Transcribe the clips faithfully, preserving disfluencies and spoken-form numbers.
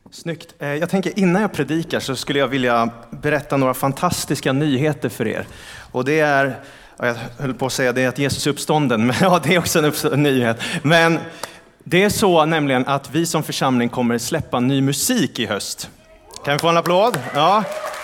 Snyggt. Jag tänker innan jag predikar så skulle jag vilja berätta några fantastiska nyheter för er. Och det är, jag höll på att säga det är att Jesus är uppstånden, men ja, det är också en, uppstå- en nyhet. Men det är så nämligen att vi som församling kommer släppa ny musik i höst. Kan vi få en applåd? Ja.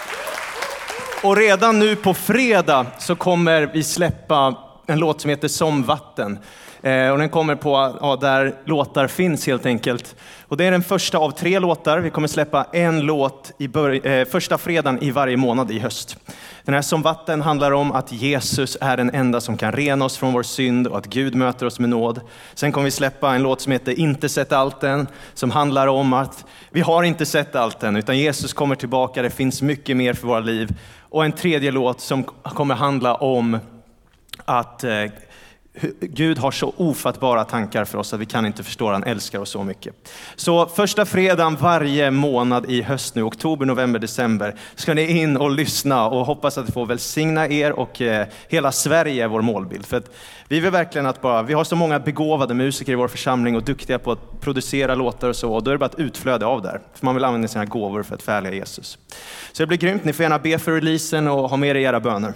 Och redan nu på fredag så kommer vi släppa en låt som heter Som vatten. Eh, och den kommer på ja, där låtar finns helt enkelt. Och det är den första av tre låtar. Vi kommer släppa en låt i bör- eh, första fredagen i varje månad i höst. Den här Som vatten handlar om att Jesus är den enda som kan rena oss från vår synd och att Gud möter oss med nåd. Sen kommer vi släppa en låt som heter Inte sett allt än, som handlar om att vi har inte sett allt än, utan Jesus kommer tillbaka, det finns mycket mer för våra liv. Och en tredje låt som kommer handla om att eh, Gud har så ofattbara tankar för oss att vi kan inte förstå att han älskar oss så mycket. Så första fredagen varje månad i höst nu, oktober, november, december, ska ni in och lyssna och hoppas att vi får välsigna er och eh, hela Sverige är vår målbild. För att vi vill verkligen att bara, vi har så många begåvade musiker i vår församling och duktiga på att producera låtar och så, och då är det bara ett utflöde av där. För man vill använda sina gåvor för att förhärliga Jesus. Så det blir grymt, ni får gärna be för releasen och ha med er era böner.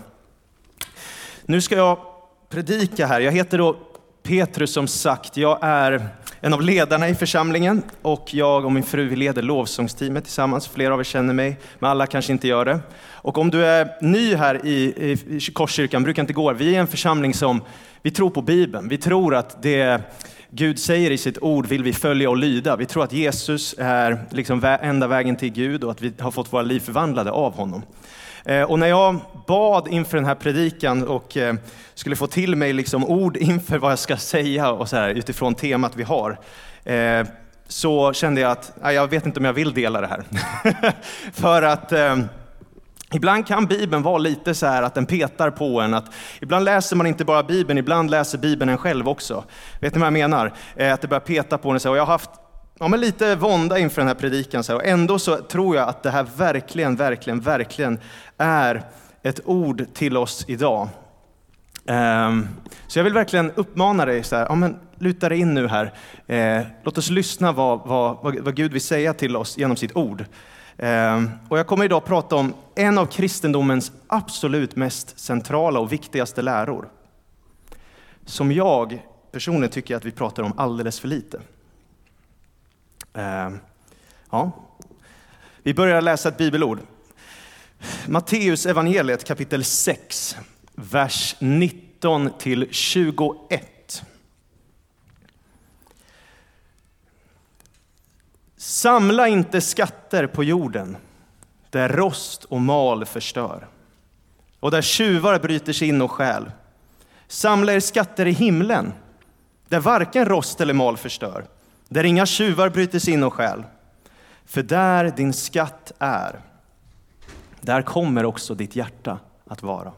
Nu ska jag predika här. Jag heter då Petrus som sagt. Jag är en av ledarna i församlingen och jag och min fru vi leder lovsångsteamet tillsammans. Flera av er känner mig, men alla kanske inte gör det. Och om du är ny här i, i, i Korskyrkan, brukar inte gå. Vi är en församling som, vi tror på Bibeln. Vi tror att det Gud säger i sitt ord vill vi följa och lyda. Vi tror att Jesus är liksom enda vägen till Gud och att vi har fått våra liv förvandlade av honom. Och när jag bad inför den här predikan och skulle få till mig liksom ord inför vad jag ska säga och så här, utifrån temat vi har, så kände jag att jag vet inte om jag vill dela det här. För att eh, ibland kan Bibeln vara lite så här att den petar på en. Att ibland läser man inte bara Bibeln, ibland läser Bibeln en själv också. Vet ni vad jag menar? Att det börjar peta på en. Så, och jag har haft Ja, men lite vånda inför den här predikan. Så här. Och ändå så tror jag att det här verkligen, verkligen, verkligen är ett ord till oss idag. Um, så jag vill verkligen uppmana dig så här, ja, men luta dig in nu här. Eh, låt oss lyssna vad, vad, vad Gud vill säga till oss genom sitt ord. Um, och jag kommer idag prata om en av kristendomens absolut mest centrala och viktigaste läror. Som jag personligen tycker att vi pratar om alldeles för lite. Uh, ja. Vi börjar läsa ett bibelord. Matteus evangeliet kapitel sex, vers nitton till tjugoett. Samla inte skatter på jorden, där rost och mal förstör, och där tjuvar bryter sig in och stjäl. Samla er skatter i himlen, där varken rost eller mal förstör, där inga tjuvar bryter sig in och stjäl. För där din skatt är, där kommer också ditt hjärta att vara.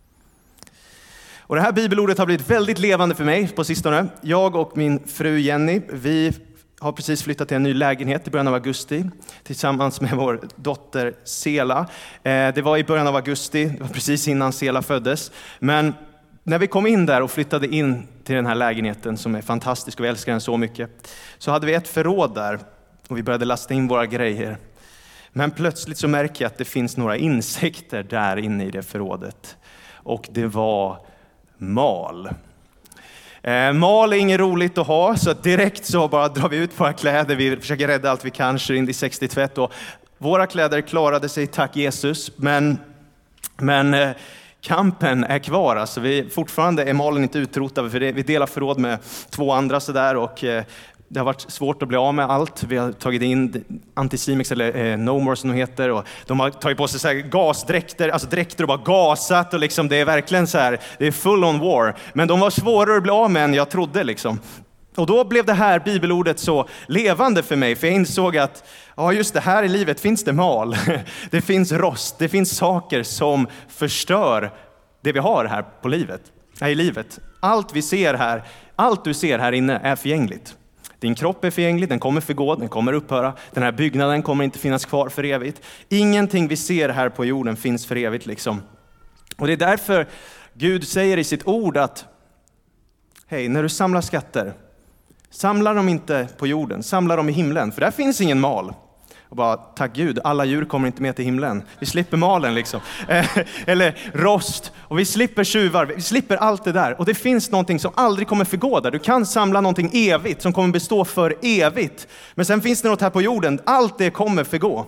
Och det här bibelordet har blivit väldigt levande för mig på sistone. Jag och min fru Jenny, vi har precis flyttat till en ny lägenhet i början av augusti tillsammans med vår dotter Sela. Det var i början av augusti, det var precis innan Sela föddes. Men när vi kom in där och flyttade in till den här lägenheten som är fantastisk och vi älskar den så mycket, så hade vi ett förråd där och vi började lasta in våra grejer. Men plötsligt så märker jag att det finns några insekter där inne i det förrådet. Och det var mal. Eh, mal är inget roligt att ha, så direkt så bara drar vi ut våra kläder. Vi försöker rädda allt vi kan, kör in i sextio-tvätt. Och våra kläder klarade sig, tack Jesus. Men, men eh, kampen är kvar. Alltså vi, fortfarande är malen inte utrotad. För det, vi delar förråd med två andra sådär och... Eh, Det har varit svårt att bli av med allt. Vi har tagit in Anticimex eller eh, No More som de heter. Och de har tagit på sig så här gasdräkter, alltså dräkter och bara gasat. Och liksom, det är verkligen så här, det är full on war. Men de var svårare att bli av med än jag trodde. Liksom. Och då blev det här bibelordet så levande för mig. För jag insåg att ja, just det här i livet finns det mal. Det finns rost. Det finns saker som förstör det vi har här på livet. Här i livet. Allt vi ser här, allt du ser här inne är förgängligt. Din kropp är förgänglig, den kommer förgå, den kommer upphöra. Den här byggnaden kommer inte finnas kvar för evigt. Ingenting vi ser här på jorden finns för evigt liksom. Och det är därför Gud säger i sitt ord att hej, när du samlar skatter, samla dem inte på jorden, samla dem i himlen. För där finns ingen mal. Och bara, tack Gud, alla djur kommer inte med till himlen. Vi slipper malen liksom. Eller rost. Och vi slipper tjuvar. Vi slipper allt det där. Och det finns någonting som aldrig kommer förgå där. Du kan samla någonting evigt som kommer bestå för evigt. Men sen finns det något här på jorden. Allt det kommer förgå.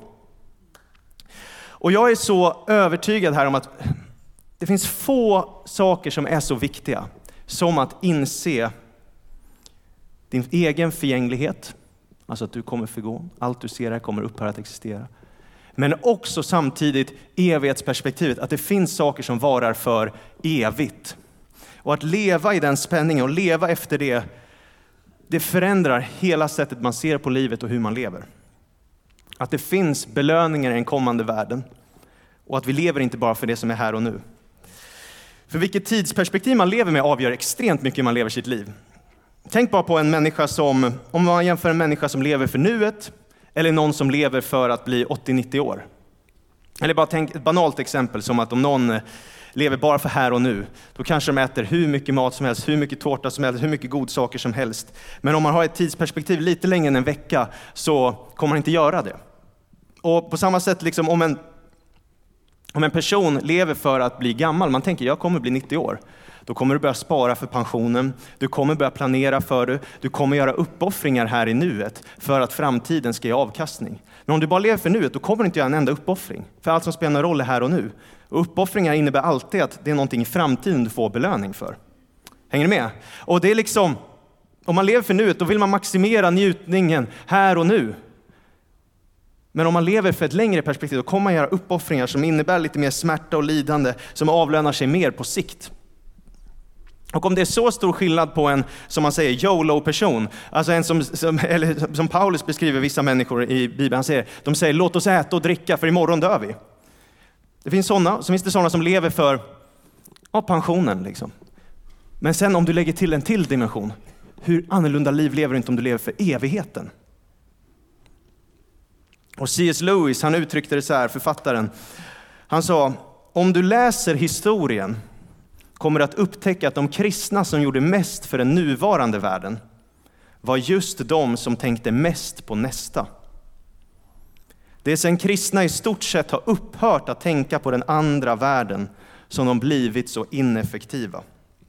Och jag är så övertygad här om att det finns få saker som är så viktiga som att inse din egen förgänglighet. Alltså att du kommer förgå. Allt du ser här kommer upphöra att existera. Men också samtidigt evighetsperspektivet. Att det finns saker som varar för evigt. Och att leva i den spänningen och leva efter det. Det förändrar hela sättet man ser på livet och hur man lever. Att det finns belöningar i den kommande världen. Och att vi lever inte bara för det som är här och nu. För vilket tidsperspektiv man lever med avgör extremt mycket hur man lever sitt liv. Tänk bara på en människa som, om man jämför en människa som lever för nuet eller någon som lever för att bli åttio nittio år. Eller bara tänk ett banalt exempel som att om någon lever bara för här och nu, då kanske de äter hur mycket mat som helst, hur mycket tårta som helst, hur mycket godsaker som helst. Men om man har ett tidsperspektiv lite längre än en vecka så kommer man inte göra det. Och på samma sätt liksom om en, om en person lever för att bli gammal, man tänker jag kommer bli nittio år. Då kommer du börja spara för pensionen, du kommer börja planera för det, du kommer göra uppoffringar här i nuet för att framtiden ska ge avkastning. Men om du bara lever för nuet, då kommer du inte göra en enda uppoffring. För allt som spelar roll är här och nu. Och uppoffringar innebär alltid att det är någonting i framtiden du får belöning för. Hänger du med? Och det är liksom, om man lever för nuet, då vill man maximera njutningen här och nu. Men om man lever för ett längre perspektiv, då kommer man göra uppoffringar som innebär lite mer smärta och lidande, som avlönar sig mer på sikt. Och om det är så stor skillnad på en, som man säger, YOLO-person, alltså en som, som, eller som Paulus beskriver vissa människor i Bibeln, han säger, de säger låt oss äta och dricka för imorgon dör vi. Det finns sådana, så finns det sådana som lever för ja, pensionen liksom. Men sen om du lägger till en till dimension, hur annorlunda liv lever du inte om du lever för evigheten? Och C S Lewis, han uttryckte det så här, författaren, han sa, om du läser historien kommer att upptäcka att de kristna som gjorde mest för den nuvarande världen var just de som tänkte mest på nästa. Det är sen kristna i stort sett har upphört att tänka på den andra världen som de blivit så ineffektiva.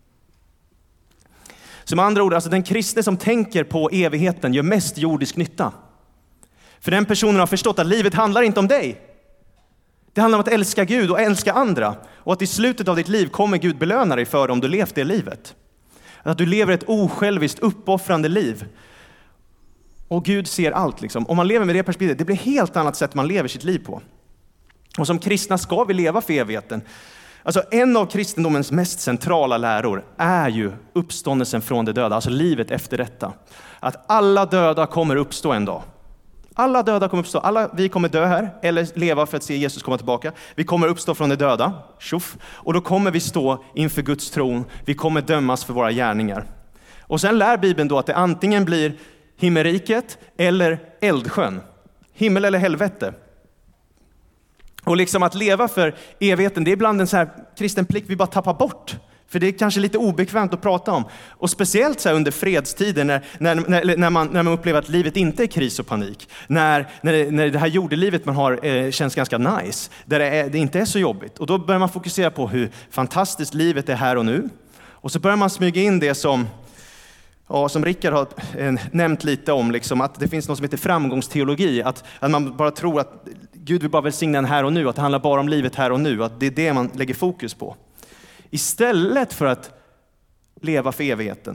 Som andra ord, alltså den kristne som tänker på evigheten gör mest jordisk nytta. För den personen har förstått att livet handlar inte om dig. Det handlar om att älska Gud och älska andra. Och att i slutet av ditt liv kommer Gud belöna dig för om du levt det livet. Att du lever ett osjälviskt, uppoffrande liv. Och Gud ser allt liksom. Om man lever med det perspektivet, det blir helt annat sätt man lever sitt liv på. Och som kristna ska vi leva för evigheten. Alltså en av kristendomens mest centrala läror är ju uppståndelsen från det döda. Alltså livet efter detta. Att alla döda kommer uppstå en dag. Alla döda kommer uppstå. Alla vi kommer dö här eller leva för att se Jesus komma tillbaka. Vi kommer uppstå från de döda. Tjoff. Och då kommer vi stå inför Guds tron. Vi kommer dömas för våra gärningar. Och sen lär Bibeln då att det antingen blir himmelriket eller eldsjön. Himmel eller helvete. Och liksom att leva för evigheten, det är ibland en så här kristen plikt vi bara tappar bort. För det är kanske lite obekvämt att prata om. Och speciellt så här under fredstider när, när, när, när, man, när man upplever att livet inte är kris och panik. När, när, det, när det här jordelivet man har eh, känns ganska nice. Där det, är, det inte är så jobbigt. Och då börjar man fokusera på hur fantastiskt livet är här och nu. Och så börjar man smyga in det som, ja, som Rickard har eh, nämnt lite om. Liksom, att det finns något som heter framgångsteologi. Att, att man bara tror att Gud vill bara välsigna en här och nu. Att det handlar bara om livet här och nu. Att det är det man lägger fokus på. Istället för att leva för evigheten.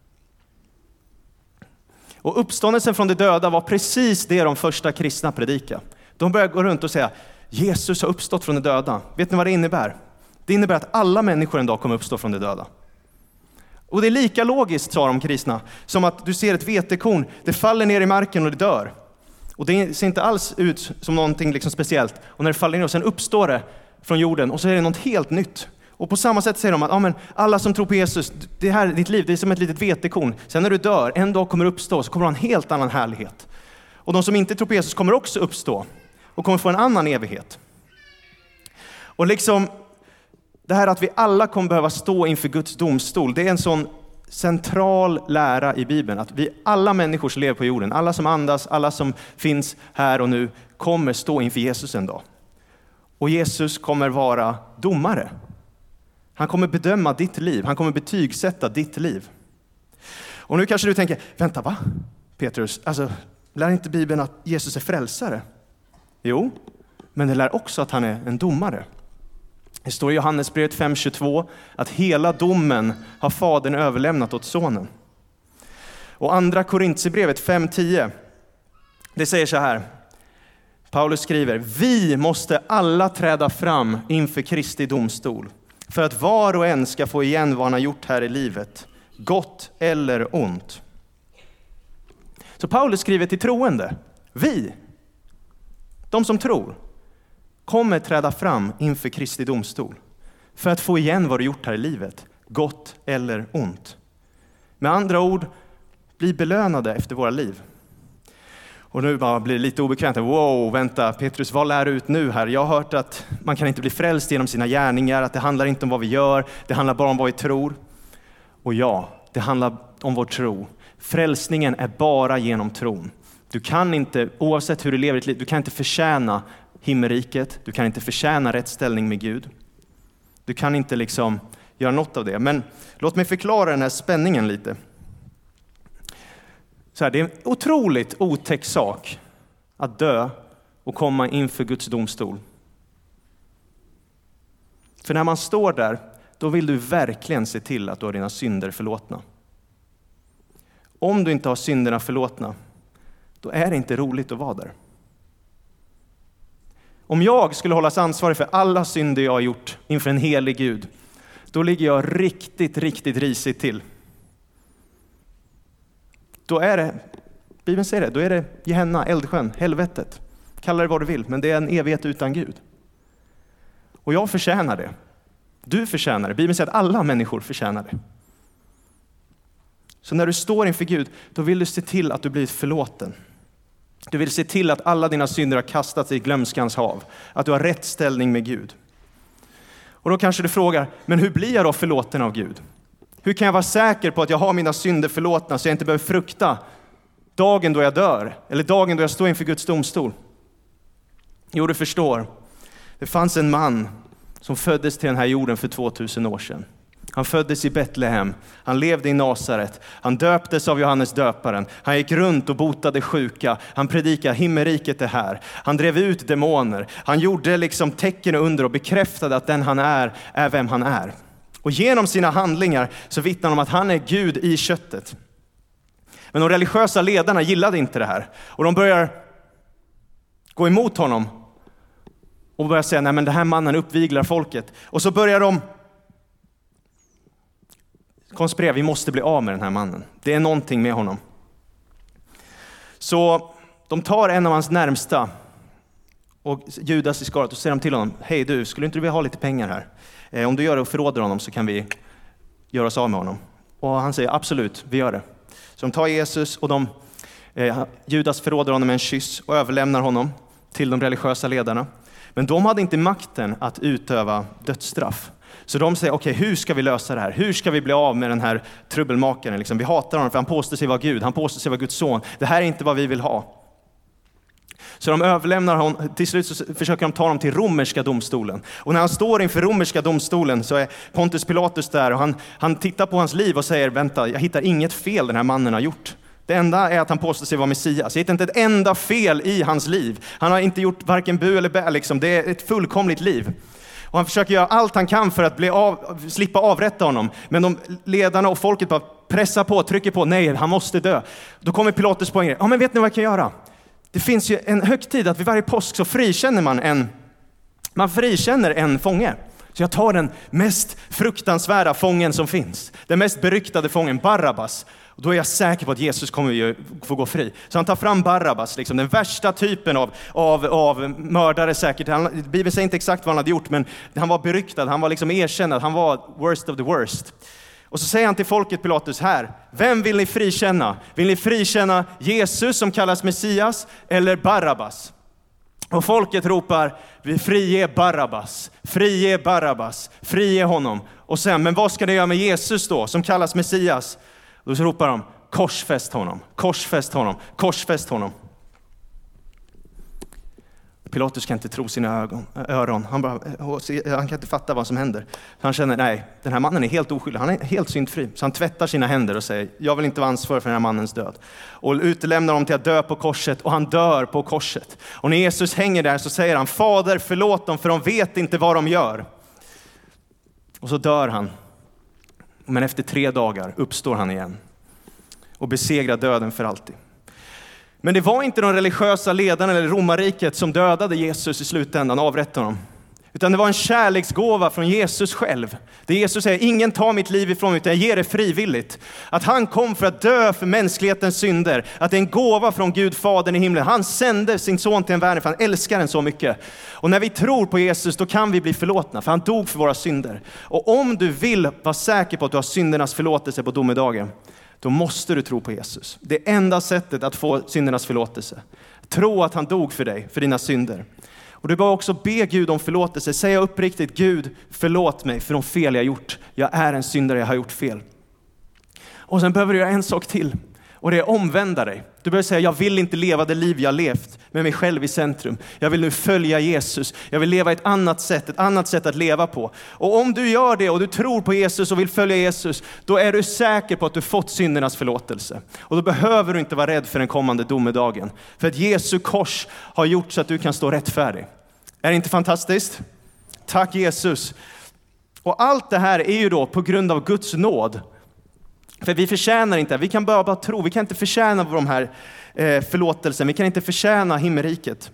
Och uppståndelsen från de döda var precis det de första kristna predikade. De började gå runt och säga, Jesus har uppstått från de döda. Vet ni vad det innebär? Det innebär att alla människor en dag kommer uppstå från de döda. Och det är lika logiskt, sa de kristna, som att du ser ett vetekorn, det faller ner i marken och det dör. Och det ser inte alls ut som någonting liksom speciellt. Och när det faller ner och sen uppstår det från jorden och så är det något helt nytt. Och på samma sätt säger de att ja, men alla som tror på Jesus, det här ditt liv, det är som ett litet vetekorn. Sen när du dör, en dag kommer uppstå, så kommer du ha en helt annan härlighet. Och de som inte tror på Jesus kommer också uppstå och kommer få en annan evighet. Och liksom det här att vi alla kommer behöva stå inför Guds domstol, det är en sån central lära i Bibeln. Att vi alla människor som lever på jorden, alla som andas, alla som finns här och nu, kommer stå inför Jesus en dag. Och Jesus kommer vara domare. Han kommer bedöma ditt liv. Han kommer betygsätta ditt liv. Och nu kanske du tänker, vänta va? Petrus, alltså lär inte Bibeln att Jesus är frälsare? Jo, men det lär också att han är en domare. Det står i Johannesbrevet fem tjugotvå att hela domen har fadern överlämnat åt sonen. Och andra Korintierbrevet fem tio, det säger så här. Paulus skriver, vi måste alla träda fram inför Kristi domstol för att var och en ska få igen vad han har gjort här i livet, gott eller ont. Så Paulus skriver till troende, vi, de som tror, kommer träda fram inför Kristi domstol för att få igen vad du gjort här i livet, gott eller ont. Med andra ord, bli belönade efter våra liv. Och nu bara blir det lite obekvämt. Wow, vänta, Petrus, vad lär du ut nu här? Jag har hört att man kan inte bli frälst genom sina gärningar, att det handlar inte om vad vi gör, det handlar bara om vad vi tror. Och ja, det handlar om vår tro. Frälsningen är bara genom tron. Du kan inte, oavsett hur du lever ditt liv, du kan inte förtjäna himmelriket, du kan inte förtjäna rätt ställning med Gud. Du kan inte liksom göra något av det. Men låt mig förklara den här spänningen lite. Så här, det är en otroligt otäck sak att dö och komma inför Guds domstol. För när man står där, då vill du verkligen se till att du har dina synder förlåtna. Om du inte har synderna förlåtna, då är det inte roligt att vara där. Om jag skulle hållas ansvarig för alla synder jag har gjort inför en helig Gud, då ligger jag riktigt, riktigt risigt till. Då är det, Bibeln säger det, då är det Gehenna, eldsjön, helvetet. Kalla det vad du vill, men det är en evighet utan Gud. Och jag förtjänar det. Du förtjänar det. Bibeln säger att alla människor förtjänar det. Så när du står inför Gud, då vill du se till att du blir förlåten. Du vill se till att alla dina synder har kastats i glömskans hav. Att du har rätt ställning med Gud. Och då kanske du frågar, men hur blir jag då förlåten av Gud? Hur kan jag vara säker på att jag har mina synder förlåtna så jag inte behöver frukta dagen då jag dör? Eller dagen då jag står inför Guds domstol? Jo, du förstår. Det fanns en man som föddes till den här jorden för tvåtusen år sedan. Han föddes i Betlehem. Han levde i Nasaret. Han döptes av Johannes döparen. Han gick runt och botade sjuka. Han predikade himmelriket är här. Han drev ut demoner. Han gjorde liksom tecken och under och bekräftade att den han är, är vem han är. Och genom sina handlingar så vittnar han om att han är Gud i köttet. Men de religiösa ledarna gillade inte det här. Och de börjar gå emot honom. Och börjar säga, nej men det här mannen uppviglar folket. Och så börjar de konspirera, vi måste bli av med den här mannen. Det är någonting med honom. Så de tar en av hans närmsta och Judas Iskariot och säger de till honom, hej du, skulle inte du vilja ha lite pengar här? Eh, om du gör det och förråder honom så kan vi göra oss av med honom. Och han säger, absolut, vi gör det. Så de tar Jesus och de, eh, Judas förråder honom med en kyss och överlämnar honom till de religiösa ledarna. Men de hade inte makten att utöva dödsstraff. Så de säger, okej, okay, hur ska vi lösa det här? Hur ska vi bli av med den här trubbelmakaren? Liksom, vi hatar honom för han påstår sig vara Gud. Han påstår sig vara Guds son. Det här är inte vad vi vill ha. Så de överlämnar honom. Till slut så försöker de ta honom till romerska domstolen. Och när han står inför romerska domstolen så är Pontus Pilatus där. Och han, han tittar på hans liv och säger, vänta, jag hittar inget fel den här mannen har gjort. Det enda är att han påstår sig vara Messias. Jag hittar inte ett enda fel i hans liv. Han har inte gjort varken bu eller bä. Liksom. Det är ett fullkomligt liv. Och han försöker göra allt han kan för att bli av, slippa avrätta honom. Men de ledarna och folket bara pressar på, trycker på. Nej, han måste dö. Då kommer Pilatus på en grej. Ja, men vet ni vad jag kan göra? Det finns ju en högtid att vid varje påsk så frikänner man en, man frikänner en fånge. Så jag tar den mest fruktansvärda fången som finns. Den mest beryktade fången, Barabbas. Och då är jag säker på att Jesus kommer ju få gå fri. Så han tar fram Barabbas, liksom den värsta typen av, av, av mördare säkert. Han, Bibeln säger inte exakt vad han hade gjort, men han var beryktad. Han var liksom erkänd att han var worst of the worst. Och så säger han till folket, Pilatus, här. Vem vill ni frikänna? Vill ni frikänna Jesus som kallas Messias eller Barabbas? Och folket ropar, vi frige Barabbas, frige Barabbas, frige honom. Och sen, men vad ska det göra med Jesus då, som kallas Messias? Då så ropar de, korsfäst honom, korsfäst honom, korsfäst honom. Pilatus kan inte tro sina ögon, öron. Han, bara, han kan inte fatta vad som händer. Han känner, nej, den här mannen är helt oskyldig. Han är helt syndfri. Så han tvättar sina händer och säger, jag vill inte vara ansvarig för den här mannens död. Och utelämnar dem till att dö på korset. Och han dör på korset. Och när Jesus hänger där så säger han, Fader, förlåt dem, för de vet inte vad de gör. Och så dör han. Men efter tre dagar uppstår han igen. Och besegrar döden för alltid. Men det var inte de religiösa ledarna eller romarriket som dödade Jesus i slutändan, avrättade honom. Utan det var en kärleksgåva från Jesus själv. Det Jesus säger, ingen tar mitt liv ifrån mig utan jag ger det frivilligt. Att han kom för att dö för mänsklighetens synder. Att det är en gåva från Gud, Fadern i himlen. Han sände sin son till en värld för han älskar den så mycket. Och när vi tror på Jesus då kan vi bli förlåtna för han dog för våra synder. Och om du vill vara säker på att du har syndernas förlåtelse på domedagen, då måste du tro på Jesus. Det är enda sättet att få syndernas förlåtelse. Tro att han dog för dig, för dina synder. Och du bör också be Gud om förlåtelse. Säga uppriktigt, Gud, förlåt mig för de fel jag gjort. Jag är en syndare, jag har gjort fel. Och sen behöver du göra en sak till. Och det är omvända dig. Du behöver säga, jag vill inte leva det liv jag levt med mig själv i centrum. Jag vill nu följa Jesus. Jag vill leva ett annat sätt, ett annat sätt att leva på. Och om du gör det och du tror på Jesus och vill följa Jesus, då är du säker på att du fått syndernas förlåtelse. Och då behöver du inte vara rädd för den kommande domedagen. För att Jesu kors har gjort så att du kan stå rättfärdig. Är det inte fantastiskt? Tack Jesus. Och allt det här är ju då på grund av Guds nåd. För vi förtjänar inte, vi kan bara, bara tro, vi kan inte förtjäna de här eh, förlåtelsen, vi kan inte förtjäna himmelriket.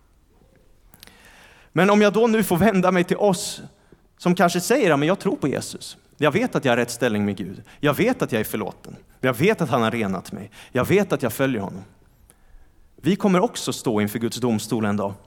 Men om jag då nu får vända mig till oss som kanske säger, men jag tror på Jesus. Jag vet att jag har rätt ställning med Gud. Jag vet att jag är förlåten. Jag vet att han har renat mig. Jag vet att jag följer honom. Vi kommer också stå inför Guds domstol en dag.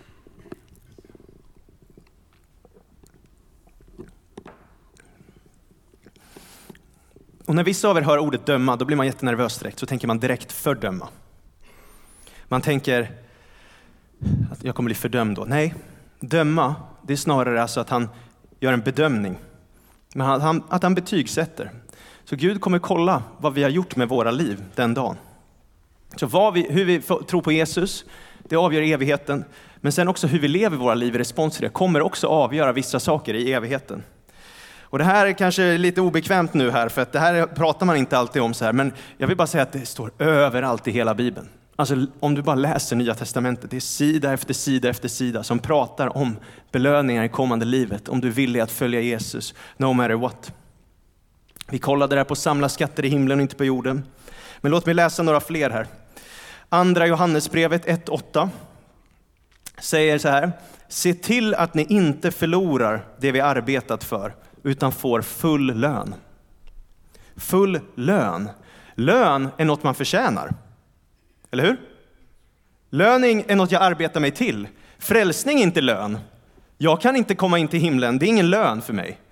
Och när vissa av er hör ordet döma, då blir man jättenervös direkt. Så tänker man direkt fördöma. Man tänker att jag kommer bli fördömd då. Nej, döma, det är snarare alltså att han gör en bedömning. Men att han, att han betygsätter. Så Gud kommer kolla vad vi har gjort med våra liv den dagen. Så vad vi, hur vi tror på Jesus, det avgör evigheten. Men sen också hur vi lever våra liv i respons till det kommer också avgöra vissa saker i evigheten. Och det här är kanske lite obekvämt nu här, för att det här pratar man inte alltid om så här. Men jag vill bara säga att det står överallt i hela Bibeln. Alltså om du bara läser Nya Testamentet, det är sida efter sida efter sida som pratar om belöningar i kommande livet. Om du vill att följa Jesus, no matter what. Vi kollade där på samla skatter i himlen och inte på jorden. Men låt mig läsa några fler här. Andra Johannesbrevet ett åtta säger så här. Se till att ni inte förlorar det vi arbetat för, utan får full lön. Full lön. Lön är något man förtjänar. Eller hur? Löning är något jag arbetar mig till. Frälsning är inte lön. Jag kan inte komma in till himlen. Det är ingen lön för mig.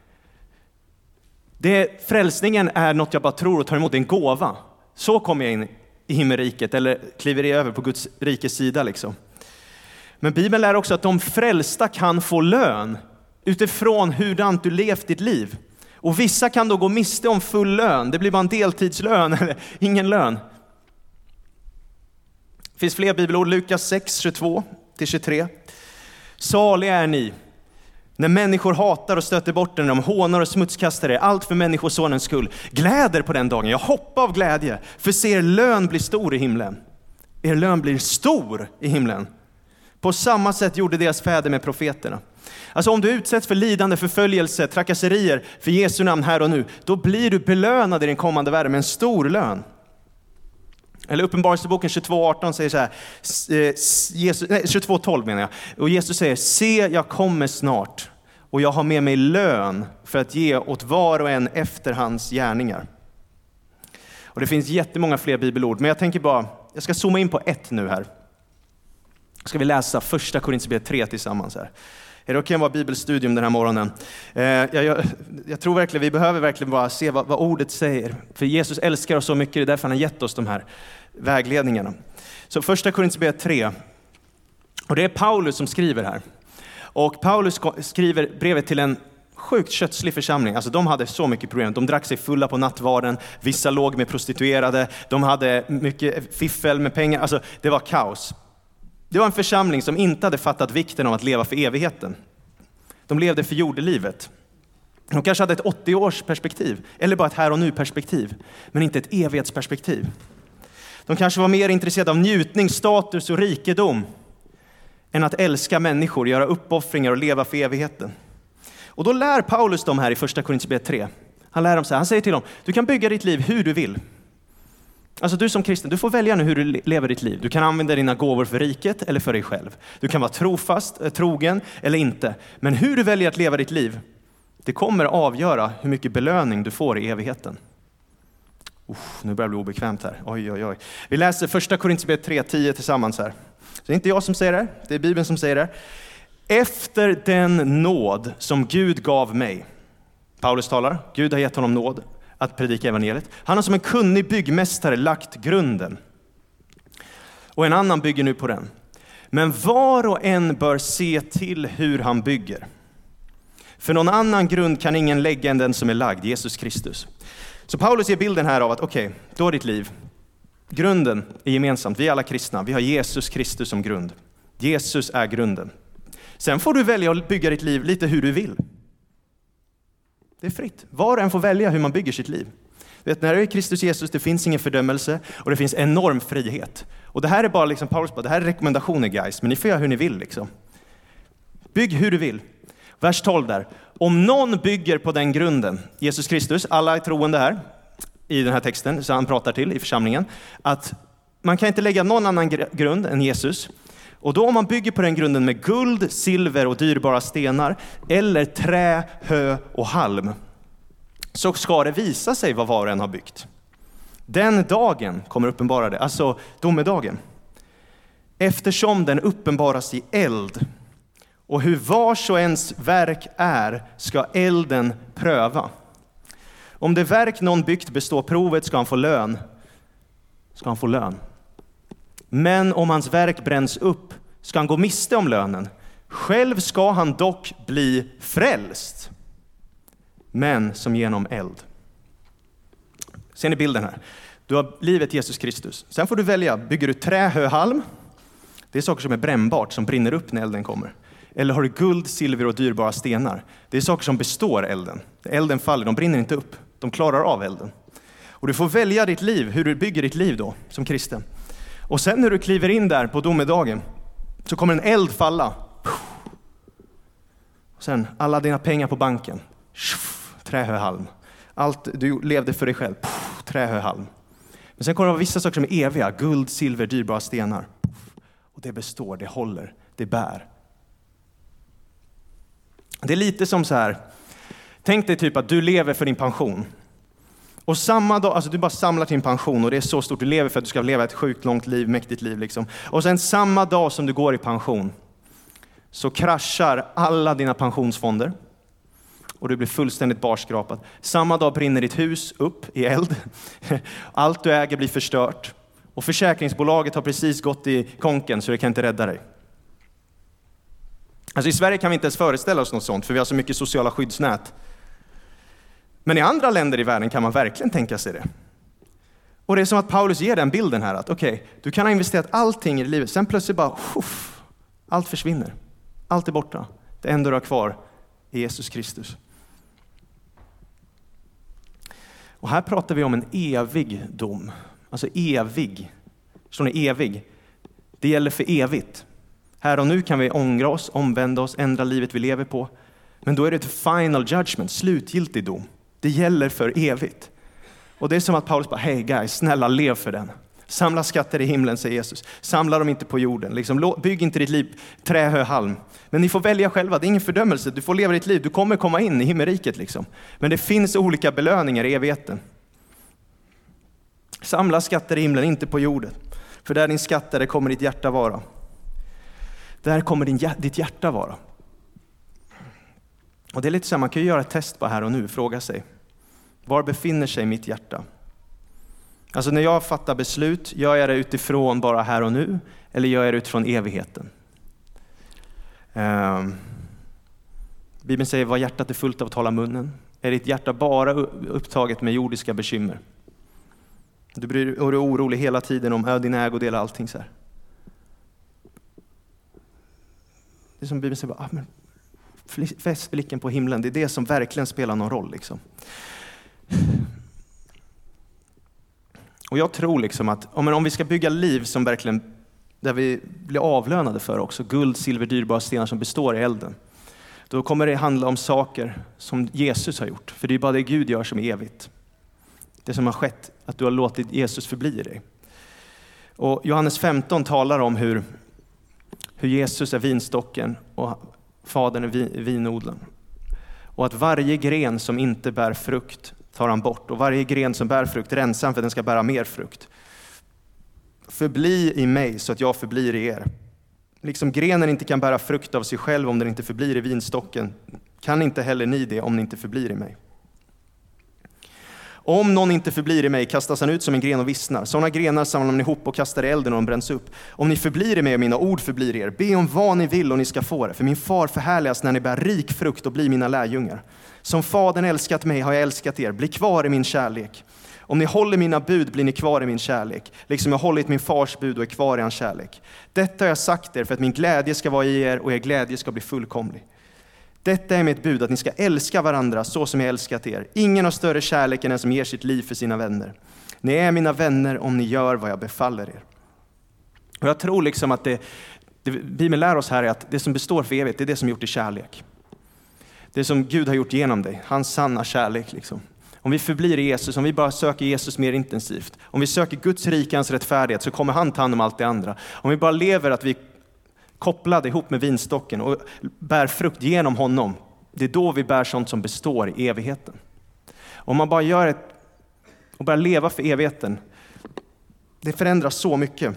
Det, frälsningen är något jag bara tror och tar emot. En gåva. Så kommer jag in i himmelriket. Eller kliver jag över på Guds rikes sida liksom. Men Bibeln lär också att de frälsta kan få lön utifrån hurdant du levt ditt liv. Och vissa kan då gå miste om full lön. Det blir bara en deltidslön eller ingen lön. Det finns fler bibelord. Lukas sex, tjugotvå till tjugotre. Saliga är ni när människor hatar och stöter bort er, när de hånar och smutskastar er, allt för människosonens skull. Gläder på den dagen, jag hoppar av glädje, för se er lön blir stor i himlen. Er lön blir stor i himlen. På samma sätt gjorde deras fäder med profeterna. Alltså om du utsätts för lidande, förföljelse, trakasserier för Jesu namn här och nu, då blir du belönad i den kommande världen med en stor lön. Eller Uppenbarelseboken tjugotvå arton säger så här, Jesus, nej, tjugotvå tolv menar jag. Och Jesus säger, se jag kommer snart och jag har med mig lön för att ge åt var och en efter hans gärningar. Och det finns jättemånga fler bibelord, men jag tänker bara, jag ska zooma in på ett nu här. Ska vi läsa första Korinthierbrevet tre tillsammans här. Är det okej att vara bibelstudium den här morgonen? Eh, jag, jag, jag tror verkligen, vi behöver verkligen bara se vad, vad ordet säger. För Jesus älskar oss så mycket, det är därför han har gett oss de här vägledningarna. Så första Korinthierbrevet tre. Och det är Paulus som skriver här. Och Paulus skriver brevet till en sjukt kötslig församling. Alltså de hade så mycket problem. De drack sig fulla på nattvarden. Vissa låg med prostituerade. De hade mycket fiffel med pengar. Alltså det var kaos. Det var en församling som inte hade fattat vikten av att leva för evigheten. De levde för jordelivet. De kanske hade ett åttio års perspektiv. Eller bara ett här och nu perspektiv. Men inte ett evighetsperspektiv. De kanske var mer intresserade av njutning, status och rikedom än att älska människor, göra uppoffringar och leva för evigheten. Och då lär Paulus dem här i första Korinthierbrevet tre. Han lär dem så här, han säger till dem, du kan bygga ditt liv hur du vill. Alltså du som kristen, du får välja nu hur du lever ditt liv. Du kan använda dina gåvor för riket eller för dig själv. Du kan vara trofast, trogen eller inte. Men hur du väljer att leva ditt liv, det kommer avgöra hur mycket belöning du får i evigheten. Uff, nu börjar det bli obekvämt här. Oj, oj, oj. Vi läser första Korinthierbrevet tre tio tillsammans här. Så det är inte jag som säger det, det är Bibeln som säger det. Efter den nåd som Gud gav mig. Paulus talar, Gud har gett honom nåd att predika evangeliet. Han har som en kunnig byggmästare lagt grunden. Och en annan bygger nu på den. Men var och en bör se till hur han bygger. För någon annan grund kan ingen lägga än den som är lagd, Jesus Kristus. Så Paulus ger bilden här av att okej, okay, då är ditt liv. Grunden är gemensamt, vi är alla kristna. Vi har Jesus Kristus som grund. Jesus är grunden. Sen får du välja att bygga ditt liv lite hur du vill. Det är fritt. Var och en får välja hur man bygger sitt liv. Vet, när det är Kristus Jesus, det finns ingen fördömelse och det finns enorm frihet. Och det här är bara liksom Paulus, det här är rekommendationer guys, men ni får göra hur ni vill liksom. Bygg hur du vill. Vers tolv där. Om någon bygger på den grunden, Jesus Kristus, alla är troende här i den här texten, så han pratar till i församlingen, att man kan inte lägga någon annan grund än Jesus. Och då om man bygger på den grunden med guld, silver och dyrbara stenar, eller trä, hö och halm, så ska det visa sig vad var och en har byggt. Den dagen kommer uppenbara det, alltså domedagen. Eftersom den uppenbaras i eld, och hur vars och ens verk är ska elden pröva. Om det verk någon byggt består provet ska han få lön. Ska han få lön. Men om hans verk bränns upp ska han gå miste om lönen. Själv ska han dock bli frälst. Men som genom eld. Ser ni bilden här? Du har livet Jesus Kristus. Sen får du välja, bygger du trä, hö, halm. Det är saker som är brännbart, som brinner upp när elden kommer. Eller har du guld, silver och dyrbara stenar. Det är saker som består elden. Elden faller, de brinner inte upp. De klarar av elden. Och du får välja ditt liv, hur du bygger ditt liv då, som kristen. Och sen när du kliver in där på domedagen så kommer en eld falla. Och sen alla dina pengar på banken. Trähöhalm. Allt du levde för dig själv. Trähöhalm. Men sen kommer det vara vissa saker som är eviga. Guld, silver, dyrbara stenar. Och det består, det håller, det bär. Det är lite som så här. Tänk dig typ att du lever för din pension. Och samma dag, alltså du bara samlar din pension och det är så stort, du lever för att du ska leva ett sjukt långt liv, mäktigt liv liksom. Och sen samma dag som du går i pension så kraschar alla dina pensionsfonder och du blir fullständigt barskrapad. Samma dag brinner ditt hus upp i eld. Allt du äger blir förstört och försäkringsbolaget har precis gått i konken så det kan inte rädda dig. Alltså i Sverige kan vi inte ens föreställa oss något sånt för vi har så mycket sociala skyddsnät. Men i andra länder i världen kan man verkligen tänka sig det. Och det är som att Paulus ger den bilden här att okej, okay, du kan ha investerat allting i livet. Sen plötsligt bara, uff, allt försvinner. Allt är borta. Det enda du har kvar är Jesus Kristus. Och här pratar vi om en evig dom. Alltså evig. Förstår ni, evig. Det gäller för evigt. Här och nu kan vi ångra oss, omvända oss, ändra livet vi lever på. Men då är det ett final judgment, slutgiltig dom. Det gäller för evigt. Och det är som att Paulus bara, hej guys, snälla lev för den. Samla skatter i himlen, säger Jesus. Samla dem inte på jorden. Liksom, bygg inte ditt liv trä, hö, halm. Men ni får välja själva, det är ingen fördömelse. Du får leva ditt liv, du kommer komma in i himmelriket. Liksom. Men det finns olika belöningar i evigheten. Samla skatter i himlen, inte på jorden. För där din skatt, där kommer ditt hjärta vara. Där kommer din, ditt hjärta vara. Och det är lite så här, man kan ju göra ett test på här och nu, fråga sig. Var befinner sig mitt hjärta? Alltså när jag fattar beslut, gör jag det utifrån bara här och nu? Eller gör jag det utifrån evigheten? Um, Bibeln säger, vad hjärtat är fullt av att tala munnen. Är ditt hjärta bara upptaget med jordiska bekymmer? Du bryr och du är orolig hela tiden om din ägodel och allting så här. Det är som Bibeln säger, ah, men fäst blicken på himlen. Det är det som verkligen spelar någon roll. Liksom. Och jag tror liksom att om vi ska bygga liv som verkligen, där vi blir avlönade för också, guld, silver, dyrbara stenar som består i elden, då kommer det handla om saker som Jesus har gjort. För det är bara det Gud gör som är evigt. Det som har skett, att du har låtit Jesus förbli i dig. Och Johannes femton talar om hur, hur Jesus är vinstocken och Fadern är vinodlen. Och att varje gren som inte bär frukt tar han bort. Och varje gren som bär frukt rensar han för att den ska bära mer frukt. Förbli i mig så att jag förblir i er. Liksom grenen inte kan bära frukt av sig själv om den inte förblir i vinstocken, kan inte heller ni det om ni inte förblir i mig. Om någon inte förblir i mig kastas han ut som en gren och vissnar. Sådana grenar samlar man ihop och kastar i elden och de bränns upp. Om ni förblir i mig och mina ord förblir er, be om vad ni vill och ni ska få det. För min far förhärligas när ni bär rik frukt och blir mina lärjungar. Som Fadern älskat mig har jag älskat er. Bli kvar i min kärlek. Om ni håller mina bud blir ni kvar i min kärlek, liksom jag har hållit min fars bud och är kvar i hans kärlek. Detta har jag sagt er för att min glädje ska vara i er och er glädje ska bli fullkomlig. Detta är mitt bud, att ni ska älska varandra så som jag älskat er. Ingen har större kärlek än den som ger sitt liv för sina vänner. Ni är mina vänner om ni gör vad jag befaller er. Och jag tror liksom att det, det Bibeln lär oss här är att det som består för evigt, det är det som är gjort i kärlek. Det som Gud har gjort genom dig, hans sanna kärlek liksom. Om vi förblir i Jesus, om vi bara söker Jesus mer intensivt, om vi söker Guds rike, hans rättfärdighet, så kommer han ta hand om allt det andra. Om vi bara lever att vi kopplade ihop med vinstocken och bär frukt genom honom, det är då vi bär sånt som består i evigheten. Om man bara gör ett och börjar leva för evigheten, det förändras så mycket.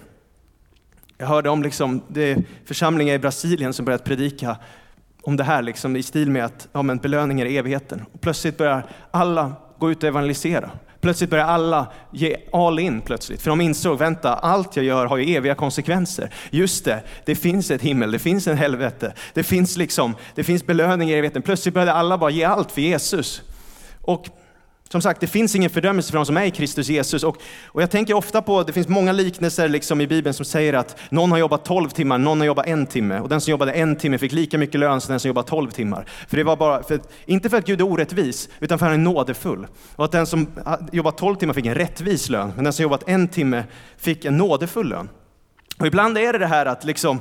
Jag hörde om liksom, det församlingar i Brasilien som börjat predika om det här liksom, i stil med att ja, men belöningar i evigheten. Och plötsligt börjar alla gå ut och evangelisera. Plötsligt börjar alla ge all in plötsligt. För de insåg, vänta, allt jag gör har ju eviga konsekvenser. Just det, det finns ett himmel, det finns en helvete. Det finns liksom, det finns belöningar i evigheten. Plötsligt började alla bara ge allt för Jesus. Och som sagt, det finns ingen fördömelse för de som är i Kristus Jesus. Och, och jag tänker ofta på, det finns många liknelser liksom i Bibeln som säger att någon har jobbat tolv timmar, någon har jobbat en timme. Och den som jobbade en timme fick lika mycket lön som den som jobbade tolv timmar. För det var bara, för, inte för att Gud är orättvis, utan för att han är nådefull. Och att den som jobbat tolv timmar fick en rättvis lön, men den som jobbat en timme fick en nådefull lön. Och ibland är det det här att liksom,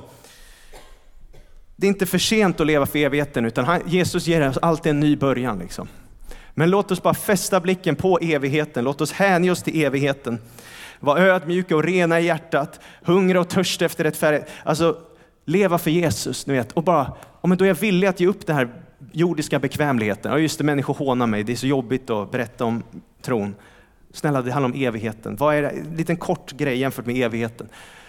det är inte för sent att leva för evigheten, utan han, Jesus ger oss alltid en ny början liksom. Men låt oss bara fästa blicken på evigheten. Låt oss hänge oss till evigheten. Var ödmjuka och rena i hjärtat. Hungra och törsta efter rättfärdighet. Alltså leva för Jesus, ni vet. Och bara, ja, men då är jag villig att ge upp den här jordiska bekvämligheten. Ja, just det, människor hånar mig. Det är så jobbigt att berätta om tron. Snälla, det handlar om evigheten. Vad är det? En liten kort grej jämfört med evigheten.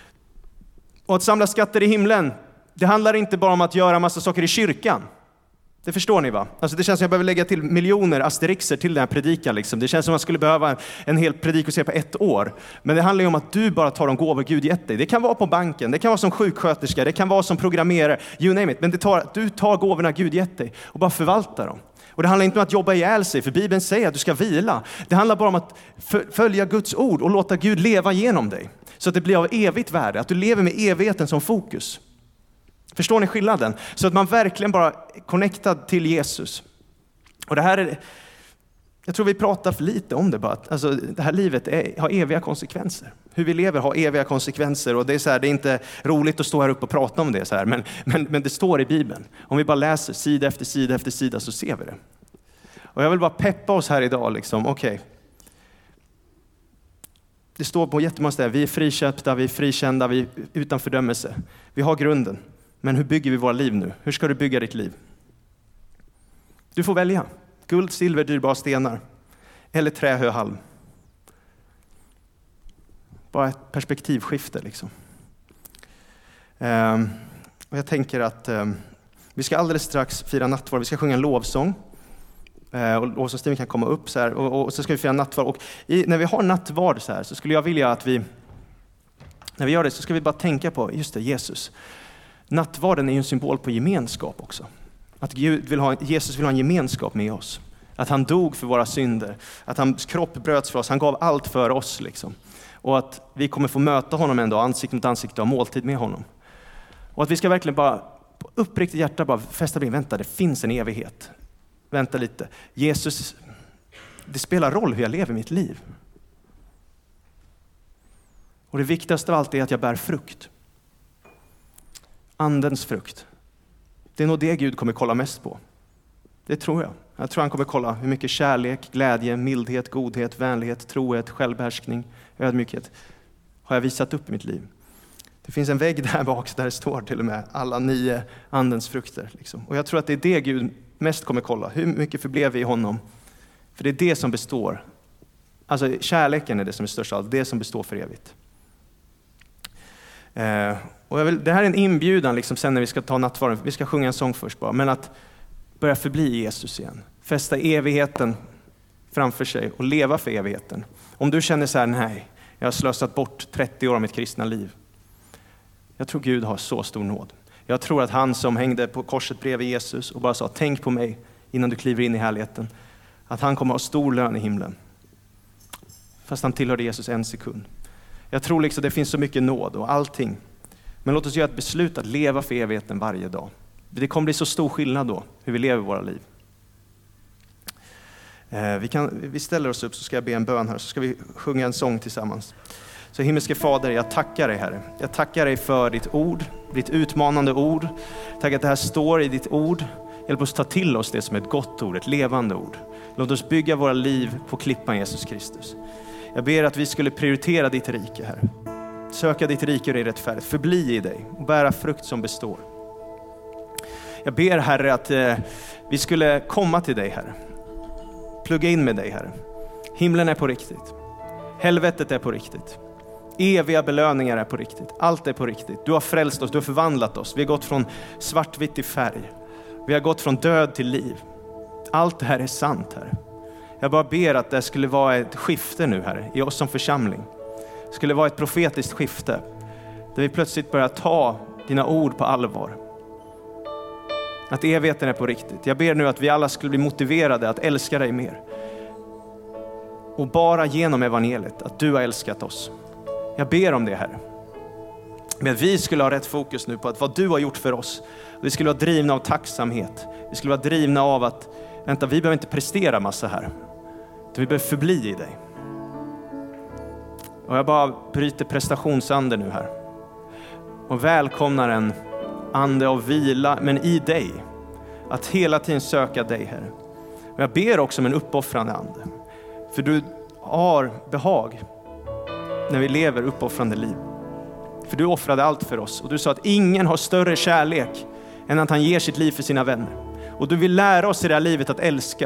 Och att samla skatter i himlen, det handlar inte bara om att göra massa saker i kyrkan. Det förstår ni va? Alltså det känns som jag behöver lägga till miljoner asterixer till den här predikan. Liksom. Det känns som att man skulle behöva en, en hel predikoserie på ett år. Men det handlar ju om att du bara tar de gåvor Gud gett dig. Det kan vara på banken, det kan vara som sjuksköterska, det kan vara som programmerare, you name it. Men det tar, du tar gåvorna Gud gett dig och bara förvaltar dem. Och det handlar inte om att jobba ihjäl sig, för Bibeln säger att du ska vila. Det handlar bara om att följa Guds ord och låta Gud leva genom dig. Så att det blir av evigt värde, att du lever med evigheten som fokus. Förstår ni skillnaden? Så att man verkligen bara är connectad till Jesus. Och det här är, jag tror vi pratar för lite om det bara. Alltså det här livet är, har eviga konsekvenser. Hur vi lever har eviga konsekvenser. Och det är så här, det är inte roligt att stå här uppe och prata om det så här. Men, men, men det står i Bibeln. Om vi bara läser sida efter sida efter sida så ser vi det. Och jag vill bara peppa oss här idag liksom. Okej. Okay. Det står på jättemånga ställen. Vi är friköpta, vi är frikända, vi är utan fördömelse. Vi har grunden. Men hur bygger vi våra liv nu? Hur ska du bygga ditt liv? Du får välja. Guld, silver, dyrbara stenar. Eller trä, hö, halm. Bara ett perspektivskifte liksom. Um, och jag tänker att um, vi ska alldeles strax fira nattvard. Vi ska sjunga en lovsång. Uh, och lovsångsteamet kan komma upp så här. Och, och, och så ska vi fira nattvard. Och i, när vi har nattvard så här så skulle jag vilja att vi, när vi gör det så ska vi bara tänka på, just det, Jesus. nattvarden är ju en symbol på gemenskap också. Att Gud vill ha, Jesus vill ha en gemenskap med oss. Att han dog för våra synder. Att hans kropp bröts för oss. Han gav allt för oss liksom. Och att vi kommer få möta honom en dag, ansikte mot ansikte, och ha måltid med honom. Och att vi ska verkligen bara på uppriktigt hjärta bara fästa blicken. Vänta, det finns en evighet. Vänta lite. Jesus, det spelar roll hur jag lever mitt liv. Och det viktigaste av allt är att jag bär frukt. Andens frukt. Det är nog det Gud kommer kolla mest på. Det tror jag. Jag tror han kommer kolla hur mycket kärlek, glädje, mildhet, godhet, vänlighet, trohet, självbehärskning, ödmjukhet har jag visat upp i mitt liv. Det finns en vägg där bak där det står till och med alla nio andens frukter. Liksom. Och jag tror att det är det Gud mest kommer kolla. Hur mycket förblev vi i honom? För det är det som består. Alltså kärleken är det som är störst av allt. Det som består för evigt. Eh, och jag vill, det här är en inbjudan liksom, sen när vi ska ta nattvarden. Vi ska sjunga en sång först bara. Men att börja förbli Jesus igen. Fästa evigheten framför sig och leva för evigheten. Om du känner så här, nej, jag har slösat bort trettio år av mitt kristna liv. Jag tror Gud har så stor nåd. Jag tror att han som hängde på korset bredvid Jesus och bara sa, tänk på mig innan du kliver in i härligheten. Att han kommer ha stor lön i himlen. Fast han tillhörde Jesus en sekund. Jag tror liksom det finns så mycket nåd och allting. Men låt oss göra ett beslut att leva för evigheten varje dag. Det kommer bli så stor skillnad då, hur vi lever våra liv. Eh, vi, kan, vi ställer oss upp, så ska jag be en bön här. Så ska vi sjunga en sång tillsammans. Så himmelske Fader, jag tackar dig Herre. Jag tackar dig för ditt ord, ditt utmanande ord. Tack att det här står i ditt ord. Hjälp oss ta till oss det som är ett gott ord, ett levande ord. Låt oss bygga våra liv på klippan Jesus Kristus. Jag ber att vi skulle prioritera ditt rike, Herre. Söka ditt rike och din rättfärdighet. Förbli i dig och bära frukt som består. Jag ber, Herre, att eh, vi skulle komma till dig, Herre. Plugga in med dig, Herre. Himlen är på riktigt. Helvetet är på riktigt. Eviga belöningar är på riktigt. Allt är på riktigt. Du har frälst oss, du har förvandlat oss. Vi har gått från svartvitt till färg. Vi har gått från död till liv. Allt det här är sant, Herre. Jag bara ber att det skulle vara ett skifte nu, Herre, i oss som församling. Det skulle vara ett profetiskt skifte. Där vi plötsligt börjar ta dina ord på allvar. Att evigheten är på riktigt. Jag ber nu att vi alla skulle bli motiverade att älska dig mer. Och bara genom evangeliet, att du har älskat oss. Jag ber om det, Herre. Men vi skulle ha rätt fokus nu på att vad du har gjort för oss. Vi skulle vara drivna av tacksamhet. Vi skulle vara drivna av att, vänta, vi behöver inte prestera massa här. Vi behöver förbli i dig. Och jag bara bryter prestationsanden nu här. Och välkomnar en ande av vila, men i dig. Att hela tiden söka dig, Herre. Och jag ber också om en uppoffrande ande. För du har behag när vi lever uppoffrande liv. För du offrade allt för oss. Och du sa att ingen har större kärlek än att han ger sitt liv för sina vänner. Och du vill lära oss i det här livet att älska.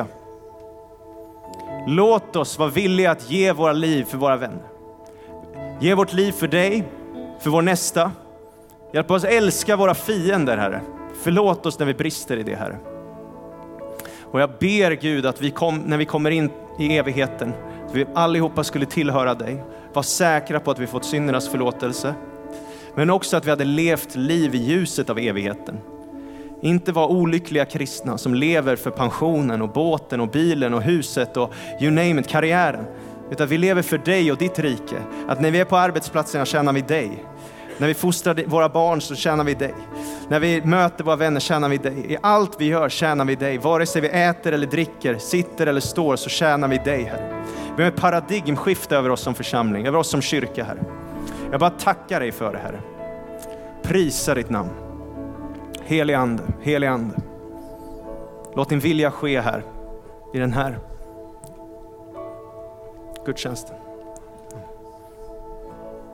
Låt oss vara villiga att ge våra liv för våra vänner. Ge vårt liv för dig, för vår nästa. Hjälp oss älska våra fiender, Herre. Förlåt oss när vi brister i det, Herre. Och jag ber Gud att vi kom, när vi kommer in i evigheten, att vi allihopa skulle tillhöra dig. Var säkra på att vi fått syndernas förlåtelse. Men också att vi hade levt liv i ljuset av evigheten. Inte vara olyckliga kristna som lever för pensionen och båten och bilen och huset och you name it, karriären. Utan vi lever för dig och ditt rike. Att när vi är på arbetsplatserna tjänar vi dig. När vi fostrar våra barn så tjänar vi dig. När vi möter våra vänner tjänar vi dig. I allt vi gör tjänar vi dig. Vare sig vi äter eller dricker, sitter eller står, så tjänar vi dig, Herre. Vi har ett paradigmskifte över oss som församling, över oss som kyrka, Herre. Jag bara tackar dig för det, Herre. Prisa ditt namn. Helig ande, helig ande. Låt din vilja ske här i den här gudstjänsten.